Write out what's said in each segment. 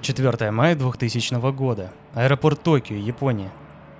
4 мая 2000 года. Аэропорт Токио, Япония.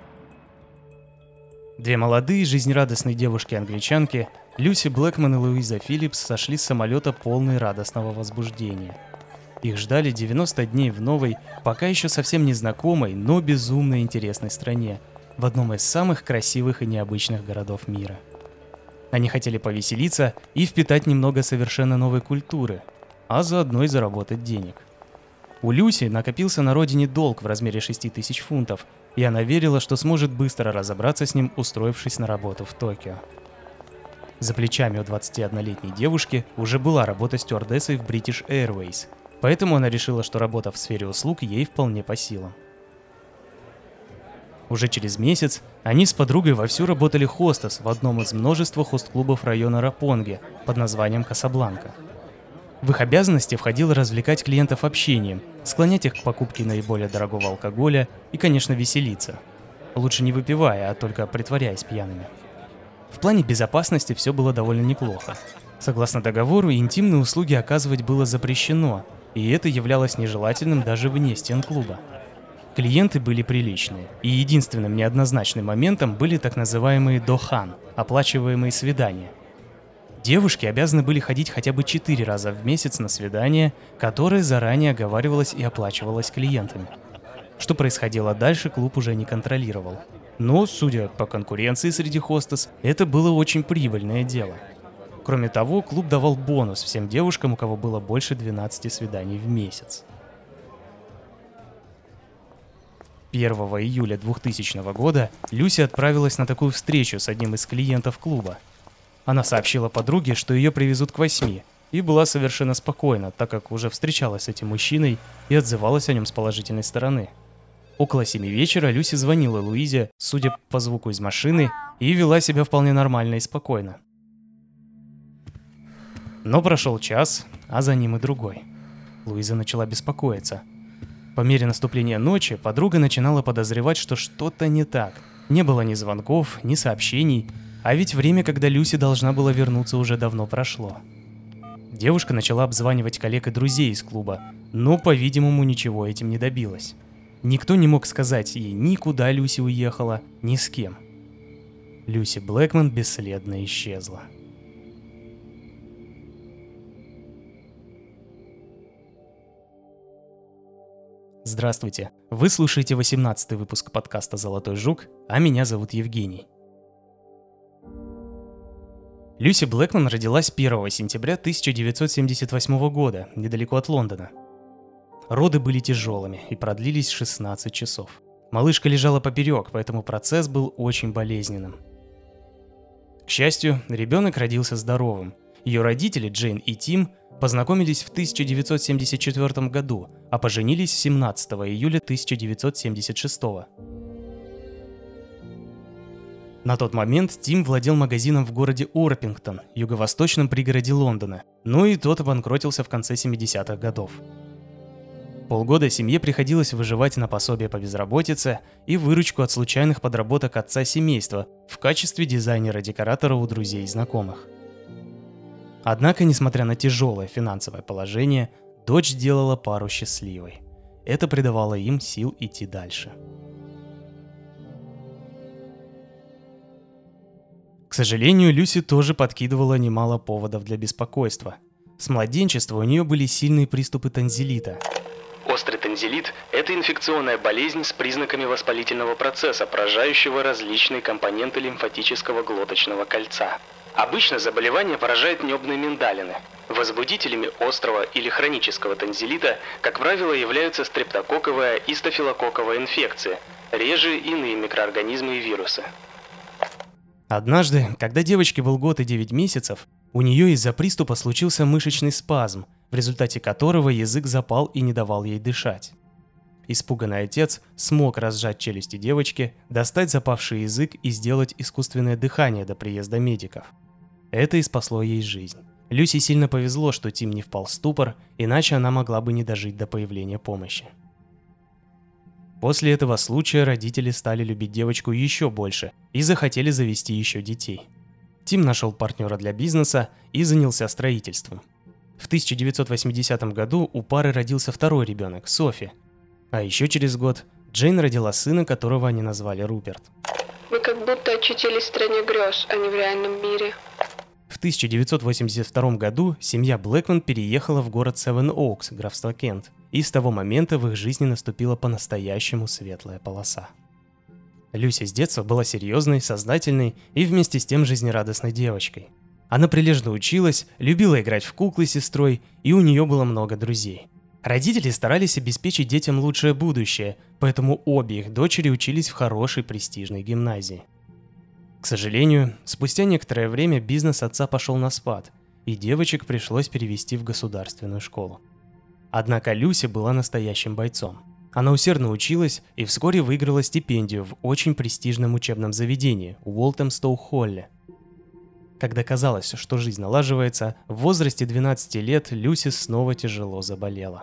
Две молодые, жизнерадостные девушки-англичанки, Люси Блэкман и Луиза Филлипс, сошли с самолета полные радостного возбуждения. Их ждали 90 дней в новой, пока еще совсем незнакомой, но безумно интересной стране, в одном из самых красивых и необычных городов мира. Они хотели повеселиться и впитать немного совершенно новой культуры, а заодно и заработать денег. У Люси накопился на родине долг в размере 6000 фунтов, и она верила, что сможет быстро разобраться с ним, устроившись на работу в Токио. За плечами у 21-летней девушки уже была работа стюардессой в British Airways, поэтому она решила, что работа в сфере услуг ей вполне по силам. Уже через месяц они с подругой вовсю работали хостес в одном из множества хост-клубов района Рапонги под названием Касабланка. В их обязанности входило развлекать клиентов общением, склонять их к покупке наиболее дорогого алкоголя и, конечно, веселиться. Лучше не выпивая, а только притворяясь пьяными. В плане безопасности все было довольно неплохо. Согласно договору, интимные услуги оказывать было запрещено, и это являлось нежелательным даже вне стен клуба. Клиенты были приличные, и единственным неоднозначным моментом были так называемые дохан, оплачиваемые свидания. Девушки обязаны были ходить хотя бы 4 раза в месяц на свидания, которое заранее оговаривалось и оплачивалось клиентами. Что происходило дальше, клуб уже не контролировал. Но, судя по конкуренции среди хостес, это было очень прибыльное дело. Кроме того, клуб давал бонус всем девушкам, у кого было больше 12 свиданий в месяц. 1 июля 2000 года Люси отправилась на такую встречу с одним из клиентов клуба. Она сообщила подруге, что ее привезут к 8, и была совершенно спокойна, так как уже встречалась с этим мужчиной и отзывалась о нем с положительной стороны. Около 7 вечера Люси звонила Луизе, судя по звуку из машины, и вела себя вполне нормально и спокойно. Но прошел час, а за ним и другой. Луиза начала беспокоиться. По мере наступления ночи подруга начинала подозревать, что что-то не так. Не было ни звонков, ни сообщений, а ведь время, когда Люси должна была вернуться, уже давно прошло. Девушка начала обзванивать коллег и друзей из клуба, но, по-видимому, ничего этим не добилась. Никто не мог сказать ей ни куда Люси уехала, ни с кем. Люси Блэкман бесследно исчезла. Здравствуйте, вы слушаете 18-й выпуск подкаста «Золотой жук», а меня зовут Евгений. Люси Блэкман родилась 1 сентября 1978 года, недалеко от Лондона. Роды были тяжелыми и продлились 16 часов. Малышка лежала поперек, поэтому процесс был очень болезненным. К счастью, ребенок родился здоровым. Ее родители, Джейн и Тим, познакомились в 1974 году, а поженились 17 июля 1976. На тот момент Тим владел магазином в городе Орпингтон, юго-восточном пригороде Лондона, но и тот обанкротился в конце 70-х годов. Полгода семье приходилось выживать на пособие по безработице и выручку от случайных подработок отца семейства в качестве дизайнера-декоратора у друзей и знакомых. Однако, несмотря на тяжелое финансовое положение, дочь делала пару счастливой. Это придавало им сил идти дальше. К сожалению, Люси тоже подкидывала немало поводов для беспокойства. С младенчества у нее были сильные приступы танзелита. Острый танзелит – это инфекционная болезнь с признаками воспалительного процесса, поражающего различные компоненты лимфатического глоточного кольца. Обычно заболевание поражает небные миндалины. Возбудителями острого или хронического танзелита, как правило, являются стрептококковая и стафилококковая инфекции, реже иные микроорганизмы и вирусы. Однажды, когда девочке был год и 9 месяцев, у нее из-за приступа случился мышечный спазм, в результате которого язык запал и не давал ей дышать. Испуганный отец смог разжать челюсти девочки, достать запавший язык и сделать искусственное дыхание до приезда медиков. Это и спасло ей жизнь. Люси сильно повезло, что Тим не впал в ступор, иначе она могла бы не дожить до появления помощи. После этого случая родители стали любить девочку еще больше и захотели завести еще детей. Тим нашел партнера для бизнеса и занялся строительством. В 1980 году у пары родился второй ребенок, Софи. А еще через год Джейн родила сына, которого они назвали Руперт. Мы как будто очутились в стране грез, а не в реальном мире. В 1982 году семья Блэкман переехала в город Севен-Оукс, графство Кент, и с того момента в их жизни наступила по-настоящему светлая полоса. Люси с детства была серьезной, сознательной и вместе с тем жизнерадостной девочкой. Она прилежно училась, любила играть в куклы с сестрой, и у нее было много друзей. Родители старались обеспечить детям лучшее будущее, поэтому обе их дочери учились в хорошей престижной гимназии. К сожалению, спустя некоторое время бизнес отца пошел на спад, и девочек пришлось перевести в государственную школу. Однако Люси была настоящим бойцом. Она усердно училась и вскоре выиграла стипендию в очень престижном учебном заведении – Уолтемстоу-Холле. Когда казалось, что жизнь налаживается, в возрасте 12 лет Люси снова тяжело заболела.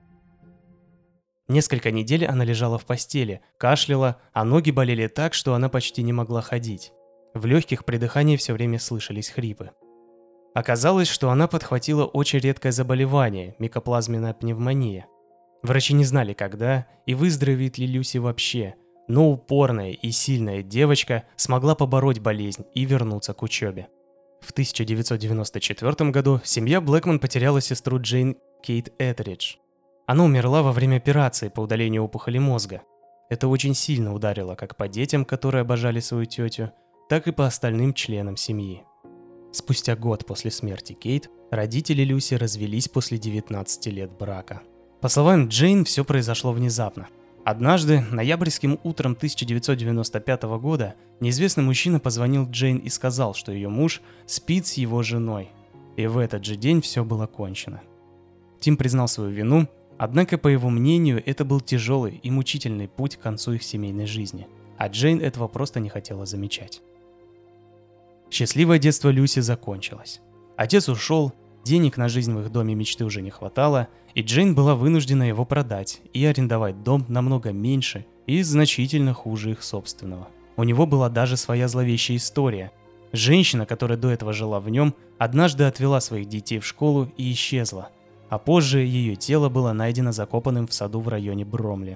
Несколько недель она лежала в постели, кашляла, а ноги болели так, что она почти не могла ходить. В легких при дыхании все время слышались хрипы. Оказалось, что она подхватила очень редкое заболевание – микоплазменная пневмония. Врачи не знали, когда и выздоровеет ли Люси вообще, но упорная и сильная девочка смогла побороть болезнь и вернуться к учебе. В 1994 году семья Блэкман потеряла сестру Джейн Кейт Этеридж. Она умерла во время операции по удалению опухоли мозга. Это очень сильно ударило как по детям, которые обожали свою тетю, так и по остальным членам семьи. Спустя год после смерти Кейт, родители Люси развелись после 19 лет брака. По словам Джейн, все произошло внезапно. Однажды, ноябрьским утром 1995 года, неизвестный мужчина позвонил Джейн и сказал, что ее муж спит с его женой. И в этот же день все было кончено. Тим признал свою вину, однако, по его мнению, это был тяжелый и мучительный путь к концу их семейной жизни, а Джейн этого просто не хотела замечать. Счастливое детство Люси закончилось. Отец ушел, денег на жизнь в их доме мечты уже не хватало, и Джейн была вынуждена его продать и арендовать дом намного меньше и значительно хуже их собственного. У него была даже своя зловещая история. Женщина, которая до этого жила в нем, однажды отвела своих детей в школу и исчезла, а позже ее тело было найдено закопанным в саду в районе Бромли.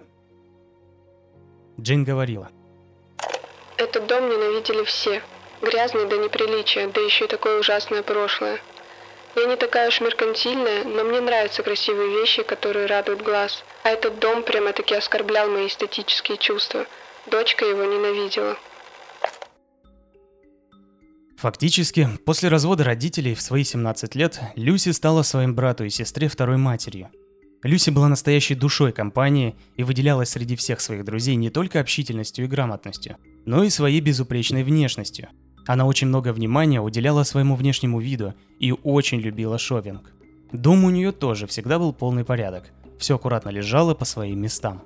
Джейн говорила: Этот дом ненавидели все. Грязный до неприличия, да еще и такое ужасное прошлое. Я не такая уж меркантильная, но мне нравятся красивые вещи, которые радуют глаз. А этот дом прямо-таки оскорблял мои эстетические чувства. Дочка его ненавидела. Фактически, после развода родителей в свои 17 лет Люси стала своим брату и сестре второй матерью. Люси была настоящей душой компании и выделялась среди всех своих друзей не только общительностью и грамотностью, но и своей безупречной внешностью. Она очень много внимания уделяла своему внешнему виду и очень любила шопинг. Дома у нее тоже всегда был полный порядок, все аккуратно лежало по своим местам.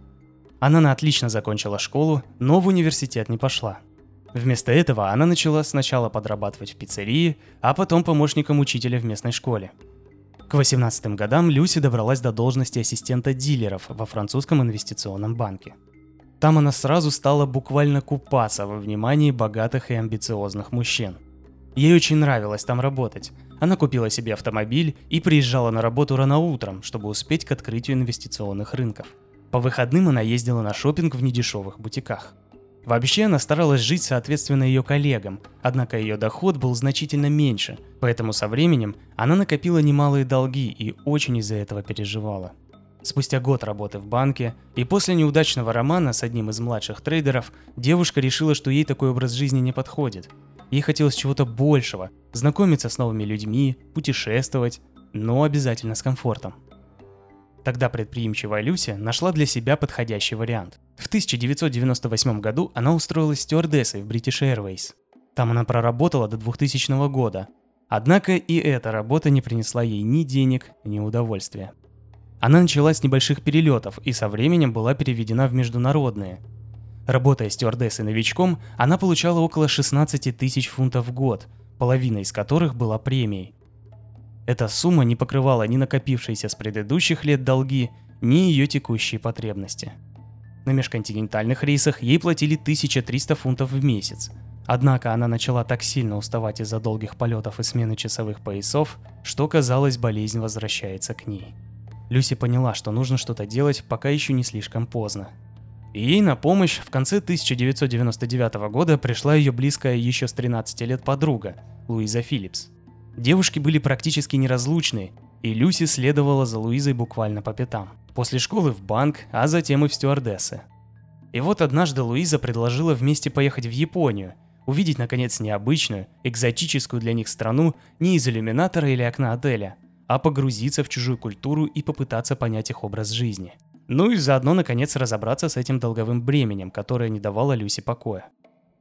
Она отлично закончила школу, но в университет не пошла. Вместо этого она начала сначала подрабатывать в пиццерии, а потом помощником учителя в местной школе. К 18 годам Люси добралась до должности ассистента дилеров во французском инвестиционном банке. Там она сразу стала буквально купаться во внимании богатых и амбициозных мужчин. Ей очень нравилось там работать. Она купила себе автомобиль и приезжала на работу рано утром, чтобы успеть к открытию инвестиционных рынков. По выходным она ездила на шопинг в недешевых бутиках. Вообще она старалась жить соответственно ее коллегам, однако ее доход был значительно меньше, поэтому со временем она накопила немалые долги и очень из-за этого переживала. Спустя год работы в банке и после неудачного романа с одним из младших трейдеров, девушка решила, что ей такой образ жизни не подходит. Ей хотелось чего-то большего, знакомиться с новыми людьми, путешествовать, но обязательно с комфортом. Тогда предприимчивая Люси нашла для себя подходящий вариант. В 1998 году она устроилась стюардессой в British Airways. Там она проработала до 2000 года. Однако и эта работа не принесла ей ни денег, ни удовольствия. Она начала с небольших перелетов и со временем была переведена в международные. Работая стюардессой новичком, она получала около 16 тысяч фунтов в год, половина из которых была премией. Эта сумма не покрывала ни накопившиеся с предыдущих лет долги, ни ее текущие потребности. На межконтинентальных рейсах ей платили 1300 фунтов в месяц, Однако она начала так сильно уставать из-за долгих полетов и смены часовых поясов, что, казалось, болезнь возвращается к ней. Люси поняла, что нужно что-то делать, пока еще не слишком поздно. И ей на помощь в конце 1999 года пришла ее близкая еще с 13 лет подруга, Луиза Филлипс. Девушки были практически неразлучны, и Люси следовала за Луизой буквально по пятам. После школы в банк, а затем и в стюардессы. И вот однажды Луиза предложила вместе поехать в Японию, увидеть, наконец, необычную, экзотическую для них страну не из иллюминатора или окна отеля, а погрузиться в чужую культуру и попытаться понять их образ жизни. Ну и заодно, наконец, разобраться с этим долговым бременем, которое не давало Люси покоя.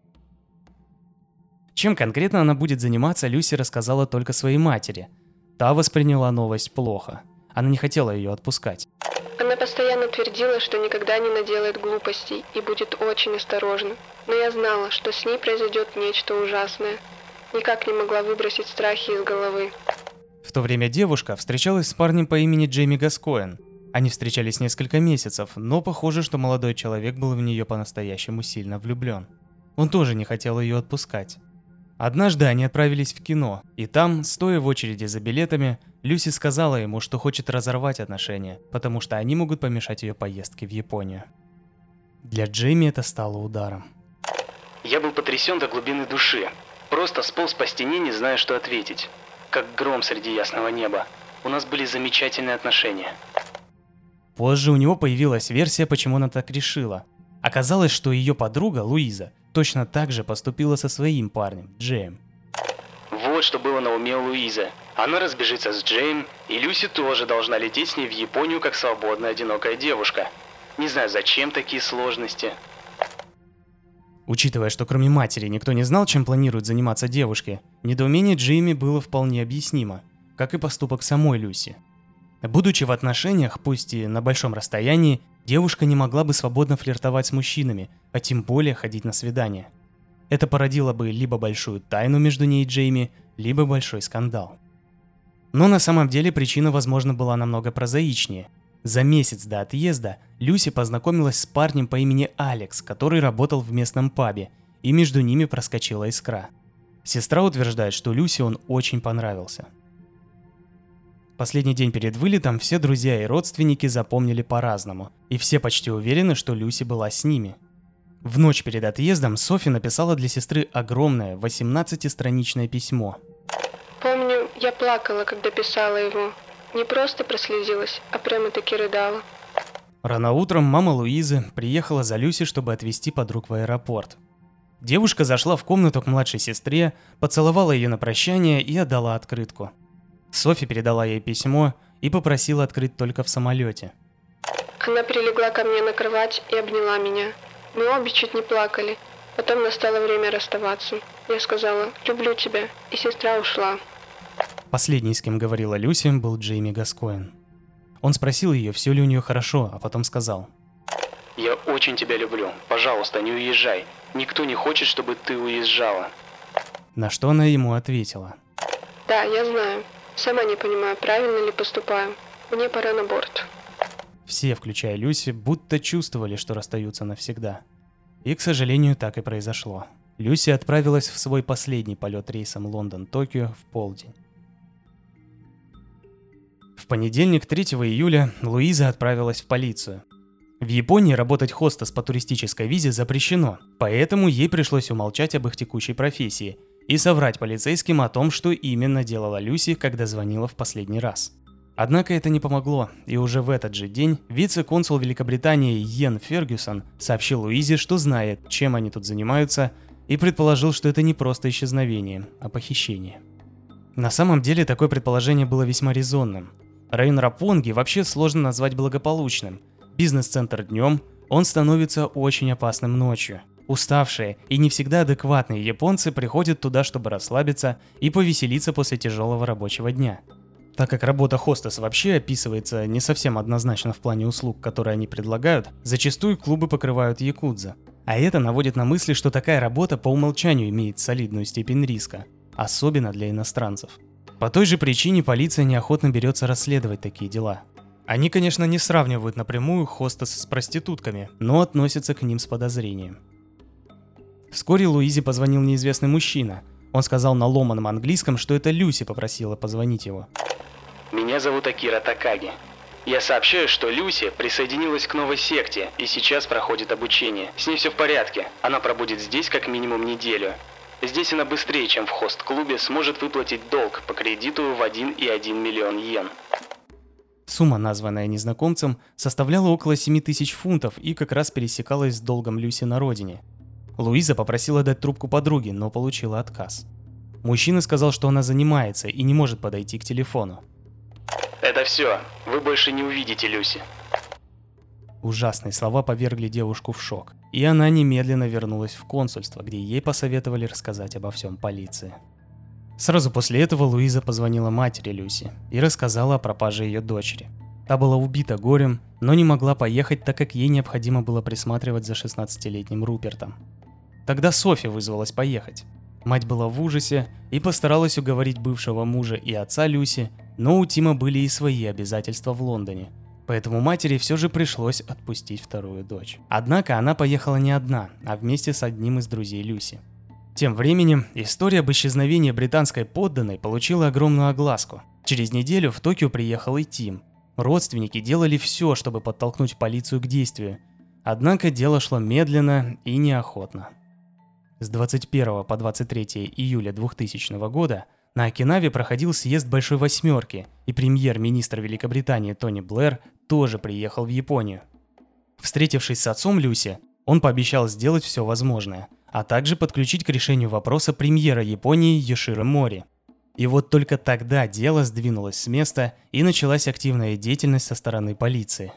Чем конкретно она будет заниматься, Люси рассказала только своей матери. Та восприняла новость плохо. Она не хотела ее отпускать. Она постоянно твердила, что никогда не наделает глупостей и будет очень осторожна. Но я знала, что с ней произойдет нечто ужасное. Никак не могла выбросить страхи из головы. В то время девушка встречалась с парнем по имени Джейми Гаскоэн. Они встречались несколько месяцев, но похоже, что молодой человек был в нее по-настоящему сильно влюблен. Он тоже не хотел ее отпускать. Однажды они отправились в кино, и там, стоя в очереди за билетами, Люси сказала ему, что хочет разорвать отношения, потому что они могут помешать ее поездке в Японию. Для Джейми это стало ударом. Я был потрясен до глубины души. Просто сполз по стене, не зная, что ответить. Как гром среди ясного неба. У нас были замечательные отношения. Позже у него появилась версия, почему она так решила. Оказалось, что ее подруга, Луиза, точно так же поступила со своим парнем, Джейм. Вот что было на уме у Луизы. Она разбежится с Джейм, и Люси тоже должна лететь с ней в Японию как свободная одинокая девушка. Не знаю, зачем такие сложности. Учитывая, что кроме матери никто не знал, чем планируют заниматься девушки, недоумение Джейми было вполне объяснимо, как и поступок самой Люси. Будучи в отношениях, пусть и на большом расстоянии, девушка не могла бы свободно флиртовать с мужчинами, а тем более ходить на свидания. Это породило бы либо большую тайну между ней и Джейми, либо большой скандал. Но на самом деле причина, возможно, была намного прозаичнее. За месяц до отъезда Люси познакомилась с парнем по имени Алекс, который работал в местном пабе, и между ними проскочила искра. Сестра утверждает, что Люси он очень понравился. Последний день перед вылетом все друзья и родственники запомнили по-разному, и все почти уверены, что Люси была с ними. В ночь перед отъездом Софи написала для сестры огромное 18-страничное письмо. Помню, я плакала, когда писала его. Не просто прослезилась, а прямо-таки рыдала. Рано утром мама Луизы приехала за Люси, чтобы отвезти подруг в аэропорт. Девушка зашла в комнату к младшей сестре, поцеловала ее на прощание и отдала открытку. Софи передала ей письмо и попросила открыть только в самолете. Она прилегла ко мне на кровать и обняла меня. Мы обе чуть не плакали. Потом настало время расставаться. Я сказала «люблю тебя», и сестра ушла. Последний, с кем говорила Люси, был Джейми Гаскоэн. Он спросил ее, все ли у нее хорошо, а потом сказал: «Я очень тебя люблю. Пожалуйста, не уезжай. Никто не хочет, чтобы ты уезжала». На что она ему ответила: «Да, я знаю. Сама не понимаю, правильно ли поступаю. Мне пора на борт». Все, включая Люси, будто чувствовали, что расстаются навсегда. И, к сожалению, так и произошло. Люси отправилась в свой последний полет рейсом Лондон-Токио в полдень. В понедельник, 3 июля, Луиза отправилась в полицию. В Японии работать хостес по туристической визе запрещено, поэтому ей пришлось умолчать об их текущей профессии и соврать полицейским о том, что именно делала Люси, когда звонила в последний раз. Однако это не помогло, и уже в этот же день вице-консул Великобритании Йен Фергюсон сообщил Луизе, что знает, чем они тут занимаются, и предположил, что это не просто исчезновение, а похищение. На самом деле такое предположение было весьма резонным. Район Раппонги вообще сложно назвать благополучным. Бизнес-центр днем, он становится очень опасным ночью. Уставшие и не всегда адекватные японцы приходят туда, чтобы расслабиться и повеселиться после тяжелого рабочего дня. Так как работа хостес вообще описывается не совсем однозначно в плане услуг, которые они предлагают, зачастую клубы покрывают якудза. А это наводит на мысли, что такая работа по умолчанию имеет солидную степень риска, особенно для иностранцев. По той же причине полиция неохотно берется расследовать такие дела. Они, конечно, не сравнивают напрямую хостес с проститутками, но относятся к ним с подозрением. Вскоре Луизе позвонил неизвестный мужчина. Он сказал на ломаном английском, что это Люси попросила позвонить его. Меня зовут Акира Такаги. Я сообщаю, что Люси присоединилась к новой секте и сейчас проходит обучение. С ней все в порядке. Она пробудет здесь как минимум неделю. Здесь она быстрее, чем в хост-клубе, сможет выплатить долг по кредиту в 1,1 миллион йен. Сумма, названная незнакомцем, составляла около 7000 фунтов и как раз пересекалась с долгом Люси на родине. Луиза попросила дать трубку подруге, но получила отказ. Мужчина сказал, что она занимается и не может подойти к телефону. Это все. Вы больше не увидите Люси. Ужасные слова повергли девушку в шок, и она немедленно вернулась в консульство, где ей посоветовали рассказать обо всем полиции. Сразу после этого Луиза позвонила матери Люси и рассказала о пропаже ее дочери. Та была убита горем, но не могла поехать, так как ей необходимо было присматривать за 16-летним Рупертом. Тогда Софи вызвалась поехать. Мать была в ужасе и постаралась уговорить бывшего мужа и отца Люси, но у Тима были и свои обязательства в Лондоне, поэтому матери все же пришлось отпустить вторую дочь. Однако она поехала не одна, а вместе с одним из друзей Люси. Тем временем история об исчезновении британской подданной получила огромную огласку. Через неделю в Токио приехал и Тим. Родственники делали все, чтобы подтолкнуть полицию к действию. Однако дело шло медленно и неохотно. С 21 по 23 июля 2000 года на Окинаве проходил съезд Большой Восьмерки, и премьер-министр Великобритании Тони Блэр тоже приехал в Японию. Встретившись с отцом Люси, он пообещал сделать все возможное, а также подключить к решению вопроса премьера Японии Йоширо Мори. И вот только тогда дело сдвинулось с места и началась активная деятельность со стороны полиции.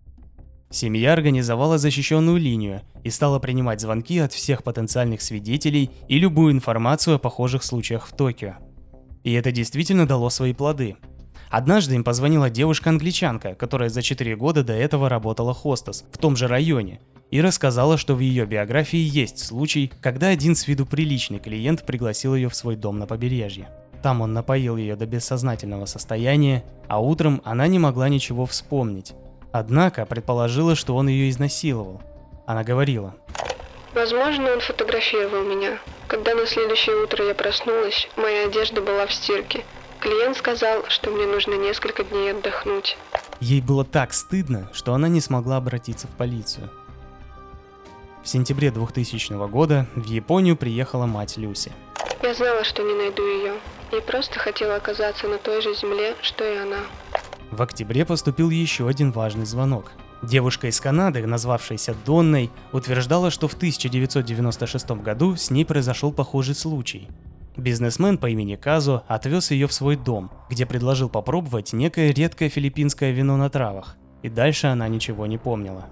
Семья организовала защищенную линию и стала принимать звонки от всех потенциальных свидетелей и любую информацию о похожих случаях в Токио. И это действительно дало свои плоды. Однажды им позвонила девушка-англичанка, которая за 4 года до этого работала хостес в том же районе, и рассказала, что в ее биографии есть случай, когда один с виду приличный клиент пригласил ее в свой дом на побережье. Там он напоил ее до бессознательного состояния, а утром она не могла ничего вспомнить. Однако предположила, что он ее изнасиловал. Она говорила: Возможно, он фотографировал меня. Когда на следующее утро я проснулась, моя одежда была в стирке. Клиент сказал, что мне нужно несколько дней отдохнуть. Ей было так стыдно, что она не смогла обратиться в полицию. В сентябре 2000 года в Японию приехала мать Люси. Я знала, что не найду ее, и просто хотела оказаться на той же земле, что и она. В октябре поступил еще один важный звонок. Девушка из Канады, назвавшаяся Донной, утверждала, что в 1996 году с ней произошел похожий случай. Бизнесмен по имени Казо отвез ее в свой дом, где предложил попробовать некое редкое филиппинское вино на травах, и дальше она ничего не помнила.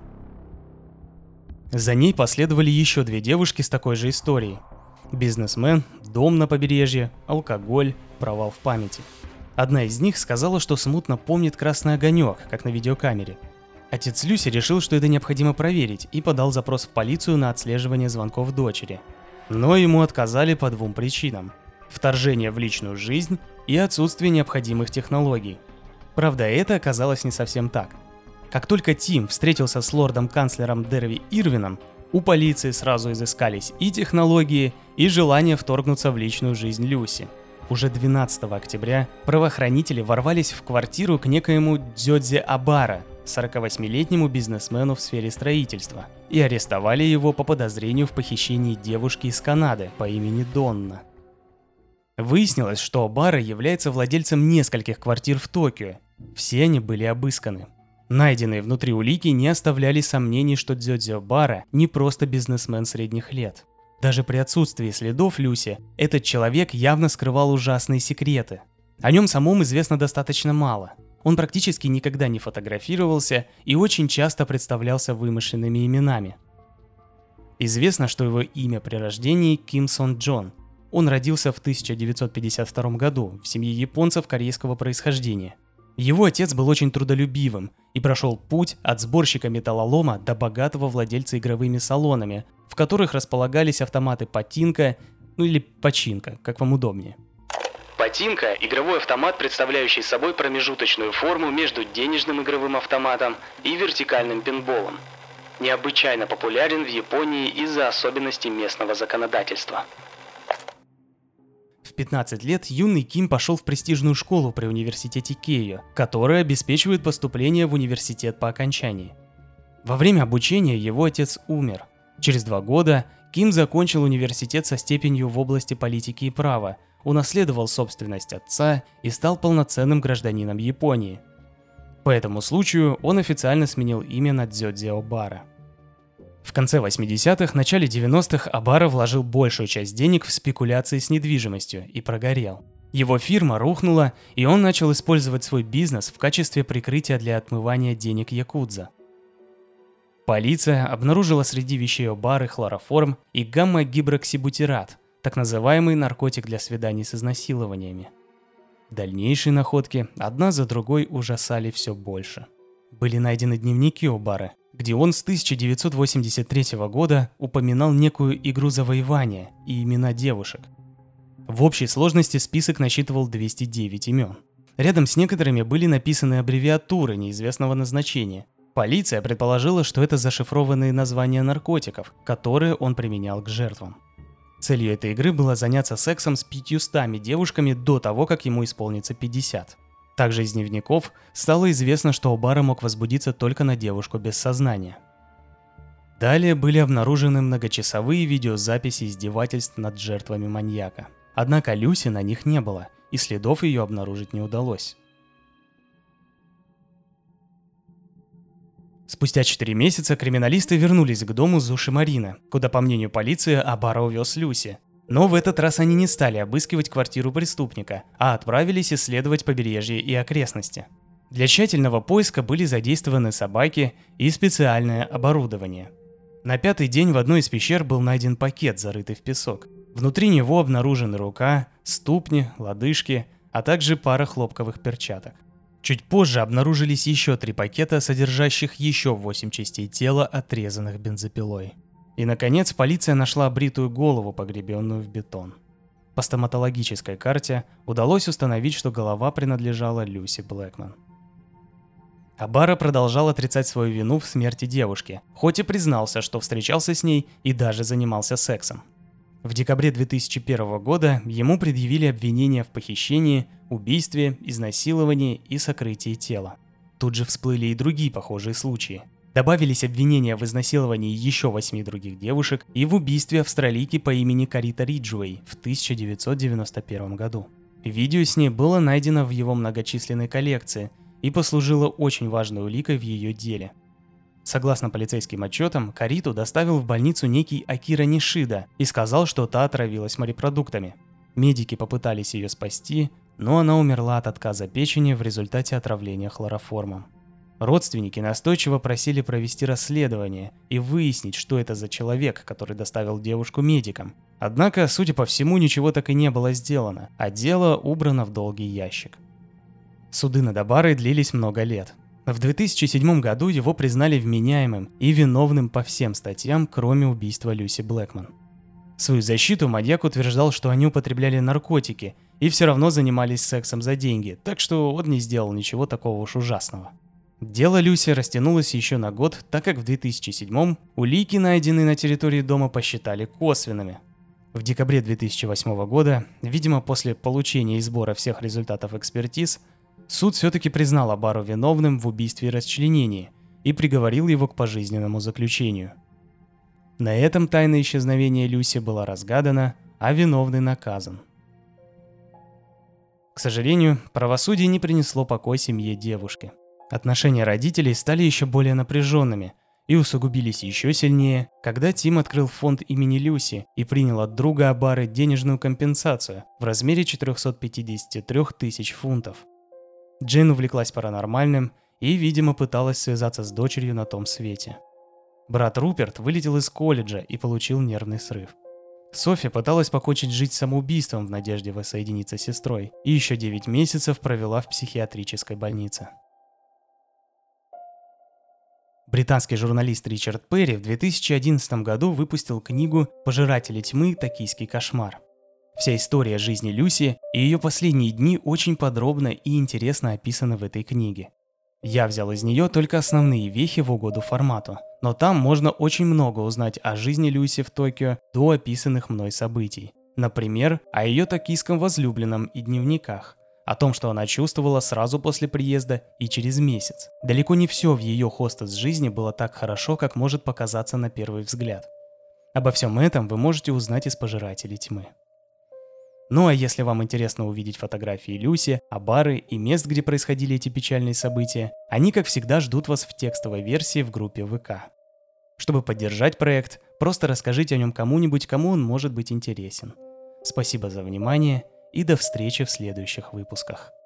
За ней последовали еще 2 девушки с такой же историей. Бизнесмен, дом на побережье, алкоголь, провал в памяти. Одна из них сказала, что смутно помнит красный огонек, как на видеокамере. Отец Люси решил, что это необходимо проверить, и подал запрос в полицию на отслеживание звонков дочери. Но ему отказали по 2 причинам: вторжение в личную жизнь и отсутствие необходимых технологий. Правда, это оказалось не совсем так. Как только Тим встретился с лордом-канцлером Дерви Ирвином, у полиции сразу изыскались и технологии, и желание вторгнуться в личную жизнь Люси. Уже 12 октября правоохранители ворвались в квартиру к некоему Дзёдзе Абара, 48-летнему бизнесмену в сфере строительства, и арестовали его по подозрению в похищении девушки из Канады по имени Донна. Выяснилось, что Абара является владельцем нескольких квартир в Токио. Все они были обысканы. Найденные внутри улики не оставляли сомнений, что Дзёдзе Абара не просто бизнесмен средних лет. Даже при отсутствии следов Люси, этот человек явно скрывал ужасные секреты. О нем самом известно достаточно мало. Он практически никогда не фотографировался и очень часто представлялся вымышленными именами. Известно, что его имя при рождении Ким Сон Джон. Он родился в 1952 году в семье японцев корейского происхождения. Его отец был очень трудолюбивым и прошел путь от сборщика металлолома до богатого владельца игровыми салонами, в которых располагались автоматы Патинка, или Починка, как вам удобнее. Патинка – игровой автомат, представляющий собой промежуточную форму между денежным игровым автоматом и вертикальным пинболом. необычайно популярен в Японии из-за особенностей местного законодательства. В 15 лет юный Ким пошел в престижную школу при университете Кейо, которая обеспечивает поступление в университет по окончании. Во время обучения его отец умер. Через 2 года Ким закончил университет со степенью в области политики и права, унаследовал собственность отца и стал полноценным гражданином Японии. По этому случаю он официально сменил имя на Дзёдзи Обара. В конце 80-х, начале 90-х Обара вложил большую часть денег в спекуляции с недвижимостью и прогорел. Его фирма рухнула, и он начал использовать свой бизнес в качестве прикрытия для отмывания денег якудза. Полиция обнаружила среди вещей Обары хлороформ и гамма-гидроксибутират, так называемый наркотик для свиданий с изнасилованиями. Дальнейшие находки одна за другой ужасали все больше. Были найдены дневники Обары, где он с 1983 года упоминал некую игру завоевания и имена девушек. В общей сложности список насчитывал 209 имен. Рядом с некоторыми были написаны аббревиатуры неизвестного назначения. Полиция предположила, что это зашифрованные названия наркотиков, которые он применял к жертвам. Целью этой игры было заняться сексом с 500 девушками до того, как ему исполнится 50. Также из дневников стало известно, что Обара мог возбудиться только на девушку без сознания. Далее были обнаружены многочасовые видеозаписи издевательств над жертвами маньяка. Однако Люси на них не было, и следов ее обнаружить не удалось. Спустя 4 месяца криминалисты вернулись к дому Зуши Марина, куда, по мнению полиции, Обара увез Люси. Но в этот раз они не стали обыскивать квартиру преступника, а отправились исследовать побережье и окрестности. Для тщательного поиска были задействованы собаки и специальное оборудование. На 5-й день в одной из пещер был найден пакет, зарытый в песок. Внутри него обнаружены рука, ступни, лодыжки, а также пара хлопковых перчаток. Чуть позже обнаружились еще 3 пакета, содержащих еще 8 частей тела, отрезанных бензопилой. И, наконец, полиция нашла бритую голову, погребенную в бетон. По стоматологической карте удалось установить, что голова принадлежала Люси Блэкман. Обара продолжал отрицать свою вину в смерти девушки, хоть и признался, что встречался с ней и даже занимался сексом. В декабре 2001 года ему предъявили обвинения в похищении, убийстве, изнасиловании и сокрытии тела. Тут же всплыли и другие похожие случаи. Добавились обвинения в изнасиловании еще 8 других девушек и в убийстве австралийки по имени Карита Риджуэй в 1991 году. Видео с ней было найдено в его многочисленной коллекции и послужило очень важной уликой в ее деле. Согласно полицейским отчетам, Кариту доставил в больницу некий Акира Нишида и сказал, что та отравилась морепродуктами. Медики попытались ее спасти, но она умерла от отказа печени в результате отравления хлороформом. Родственники настойчиво просили провести расследование и выяснить, что это за человек, который доставил девушку медикам. Однако, судя по всему, ничего так и не было сделано, а дело убрано в долгий ящик. Суды над Обарой длились много лет. В 2007 году его признали вменяемым и виновным по всем статьям, кроме убийства Люси Блэкман. В свою защиту маньяк утверждал, что они употребляли наркотики и все равно занимались сексом за деньги, так что он не сделал ничего такого уж ужасного. Дело Люси растянулось еще на год, так как в 2007 улики, найденные на территории дома, посчитали косвенными. В декабре 2008 года, видимо после получения и сбора всех результатов экспертиз, суд все-таки признал Обару виновным в убийстве и расчленении и приговорил его к пожизненному заключению. На этом тайна исчезновения Люси была разгадана, а виновный наказан. К сожалению, правосудие не принесло покой семье девушки. Отношения родителей стали еще более напряженными и усугубились еще сильнее, когда Тим открыл фонд имени Люси и принял от друга Обары денежную компенсацию в размере 453 тысяч фунтов. Джейн увлеклась паранормальным и, видимо, пыталась связаться с дочерью на том свете. Брат Руперт вылетел из колледжа и получил нервный срыв. Софи пыталась покончить жизнь самоубийством в надежде воссоединиться с сестрой и еще 9 месяцев провела в психиатрической больнице. Британский журналист Ричард Перри в 2011 году выпустил книгу «Пожиратели тьмы. Токийский кошмар». Вся история жизни Люси и ее последние дни очень подробно и интересно описаны в этой книге. Я взял из нее только основные вехи в угоду формату, Но там можно очень много узнать о жизни Люси в Токио до описанных мной событий. Например, о ее токийском возлюбленном и дневниках. О том, что она чувствовала сразу после приезда и через месяц. Далеко не все в ее хостес жизни было так хорошо, как может показаться на первый взгляд. Обо всем этом вы можете узнать из «Пожирателей тьмы». Ну а если вам интересно увидеть фотографии Люси, Абары и мест, где происходили эти печальные события, они, как всегда, ждут вас в текстовой версии в группе ВК. Чтобы поддержать проект, просто расскажите о нем кому-нибудь, кому он может быть интересен. Спасибо за внимание и до встречи в следующих выпусках.